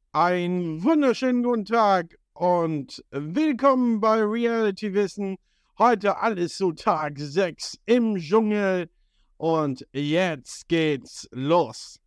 Einen wunderschönen guten Tag und willkommen bei Reality Wissen. Heute alles zu Tag 6 im Dschungel und jetzt geht's los.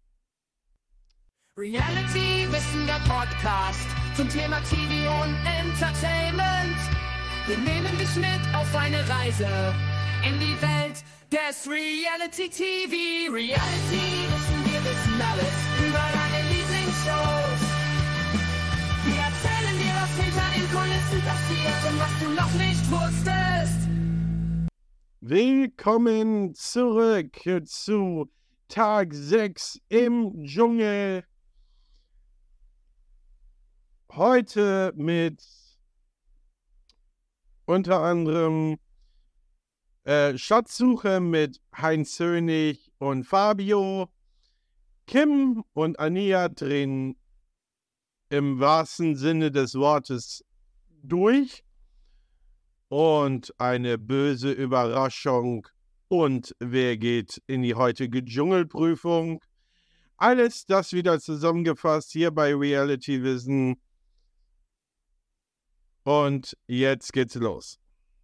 Reality Wissen, der Podcast zum Thema TV und Entertainment. Wir nehmen dich mit auf eine Reise in die Welt des Reality TV. Reality Wissen, wir wissen alles über deine Lieblingsshows. Wir erzählen dir, was hinter den Kulissen passiert und was du noch nicht wusstest. Willkommen zurück zu Tag 6 im Dschungel. Heute mit unter anderem Schatzsuche mit Heinz Hönig und Fabio. Kim und Ania drehen im wahrsten Sinne des Wortes durch. Und eine böse Überraschung. Und wer geht in die heutige Dschungelprüfung? Alles das wieder zusammengefasst hier bei Reality Wissen. Und jetzt geht's los.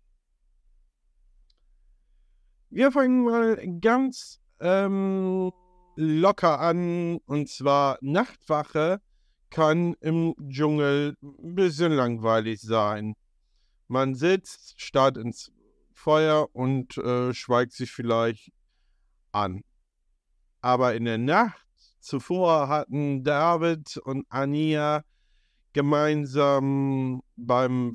Wir fangen mal ganz locker an. Und zwar Nachtwache kann im Dschungel ein bisschen langweilig sein. Man sitzt, starrt ins Feuer und schweigt sich vielleicht an. Aber in der Nacht zuvor hatten David und Ania gemeinsam beim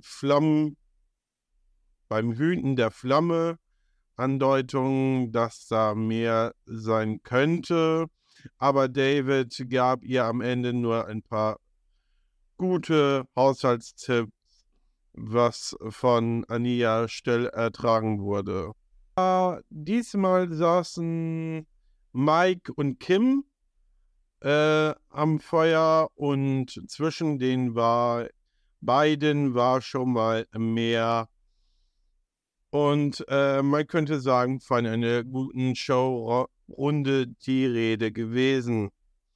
Hüten der Flamme Andeutungen, dass da mehr sein könnte. Aber David gab ihr am Ende nur ein paar gute Haushaltstipps, was von Ania still ertragen wurde. Diesmal saßen Mike und Kim am Feuer und zwischen den beiden war schon mal mehr. Und man könnte sagen, von einer guten Showrunde die Rede gewesen.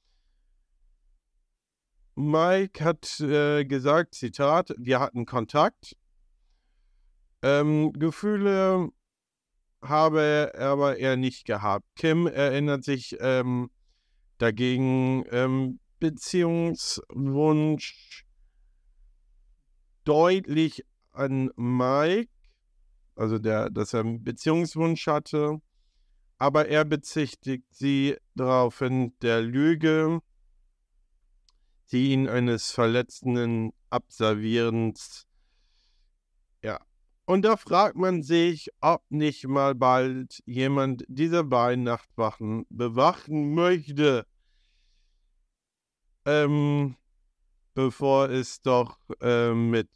Mike hat gesagt, Zitat, wir hatten Kontakt. Gefühle habe aber er nicht gehabt. Kim erinnert sich dagegen Beziehungswunsch deutlich an Mike, also dass er einen Beziehungswunsch hatte, aber er bezichtigt sie daraufhin der Lüge, sie ihn eines verletzenden Abservierens. Ja. Und da fragt man sich, ob nicht mal bald jemand diese beiden Nachtwachen bewachen möchte, bevor es doch mit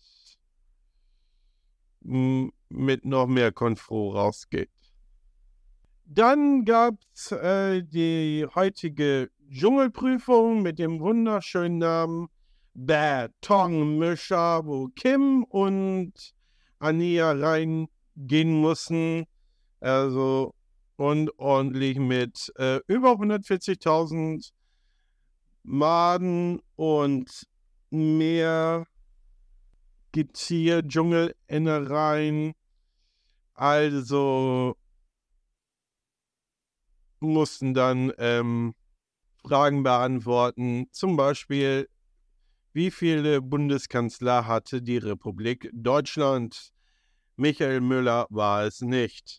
noch mehr Konfro rausgeht. Dann gab es die heutige Dschungelprüfung mit dem wunderschönen Namen Betonmischer, wo Kim und Ania reingehen mussten. Also und ordentlich mit über 140.000 Maden und mehr Getier, Dschungelinnereien. Also mussten dann Fragen beantworten. Zum Beispiel, wie viele Bundeskanzler hatte die Republik Deutschland? Michael Müller war es nicht.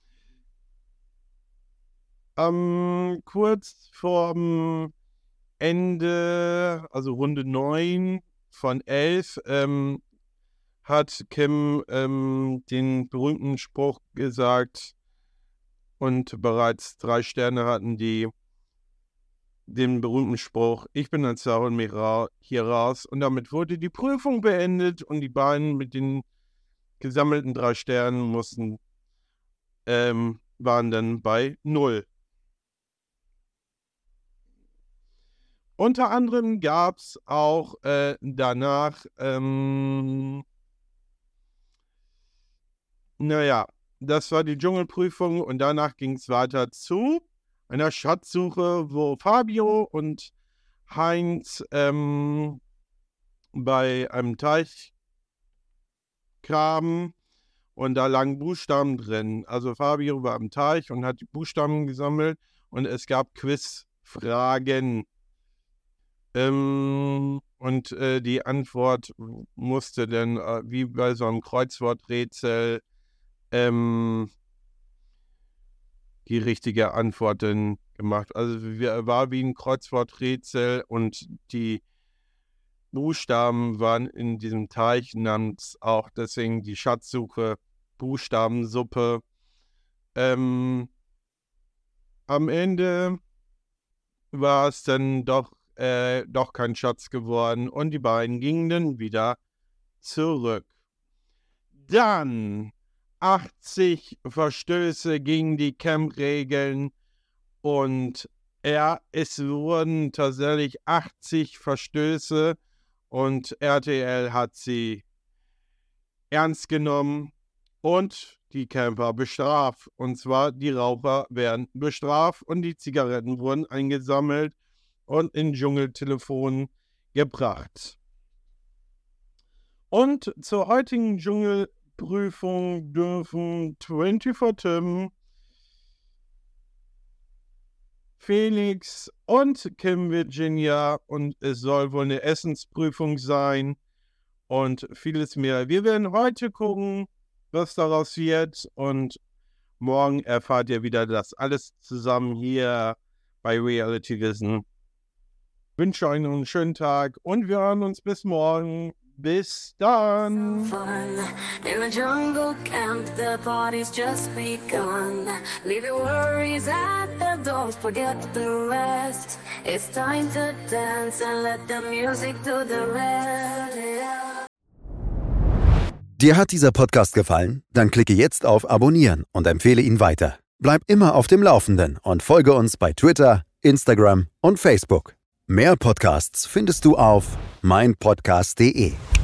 Kurz vorm Ende, also Runde 9 von 11, hat Kim den berühmten Spruch gesagt und bereits 3 Sterne hatten die den berühmten Spruch, ich bin ein Zar und mich hier raus. Und damit wurde die Prüfung beendet und die beiden mit den gesammelten 3 Sternen waren dann bei 0. Unter anderem gab es auch danach, das war die Dschungelprüfung und danach ging es weiter zu einer Schatzsuche, wo Fabio und Heinz bei einem Teich kamen und da lagen Buchstaben drin. Also Fabio war am Teich und hat die Buchstaben gesammelt und es gab Quizfragen. Und die Antwort musste dann, wie bei so einem Kreuzworträtsel, die richtige Antwort dann gemacht. Also war wie ein Kreuzworträtsel und die Buchstaben waren in diesem Teich, namens auch deswegen die Schatzsuche Buchstabensuppe. Am Ende war es dann doch kein Schatz geworden und die beiden gingen dann wieder zurück. Dann 80 Verstöße gegen die Camp-Regeln und es wurden tatsächlich 80 Verstöße und RTL hat sie ernst genommen und die Camper bestraft. Und zwar die Raucher werden bestraft und die Zigaretten wurden eingesammelt und in Dschungeltelefonen gebracht. Und zur heutigen Dschungelprüfung dürfen 24 Tim, Felix und Kim Virginia, und es soll wohl eine Essensprüfung sein und vieles mehr. Wir werden heute gucken, was daraus wird, und morgen erfahrt ihr wieder das alles zusammen hier bei Reality Wissen. Ich wünsche euch noch einen schönen Tag und wir hören uns bis morgen. Bis dann. Fun in the jungle camp, the party's just begun. Leave your worries at the door, forget the rest. It's time to dance and let the music do the rest. Yeah. Dir hat dieser Podcast gefallen? Dann klicke jetzt auf Abonnieren und empfehle ihn weiter. Bleib immer auf dem Laufenden und folge uns bei Twitter, Instagram und Facebook. Mehr Podcasts findest du auf meinpodcast.de.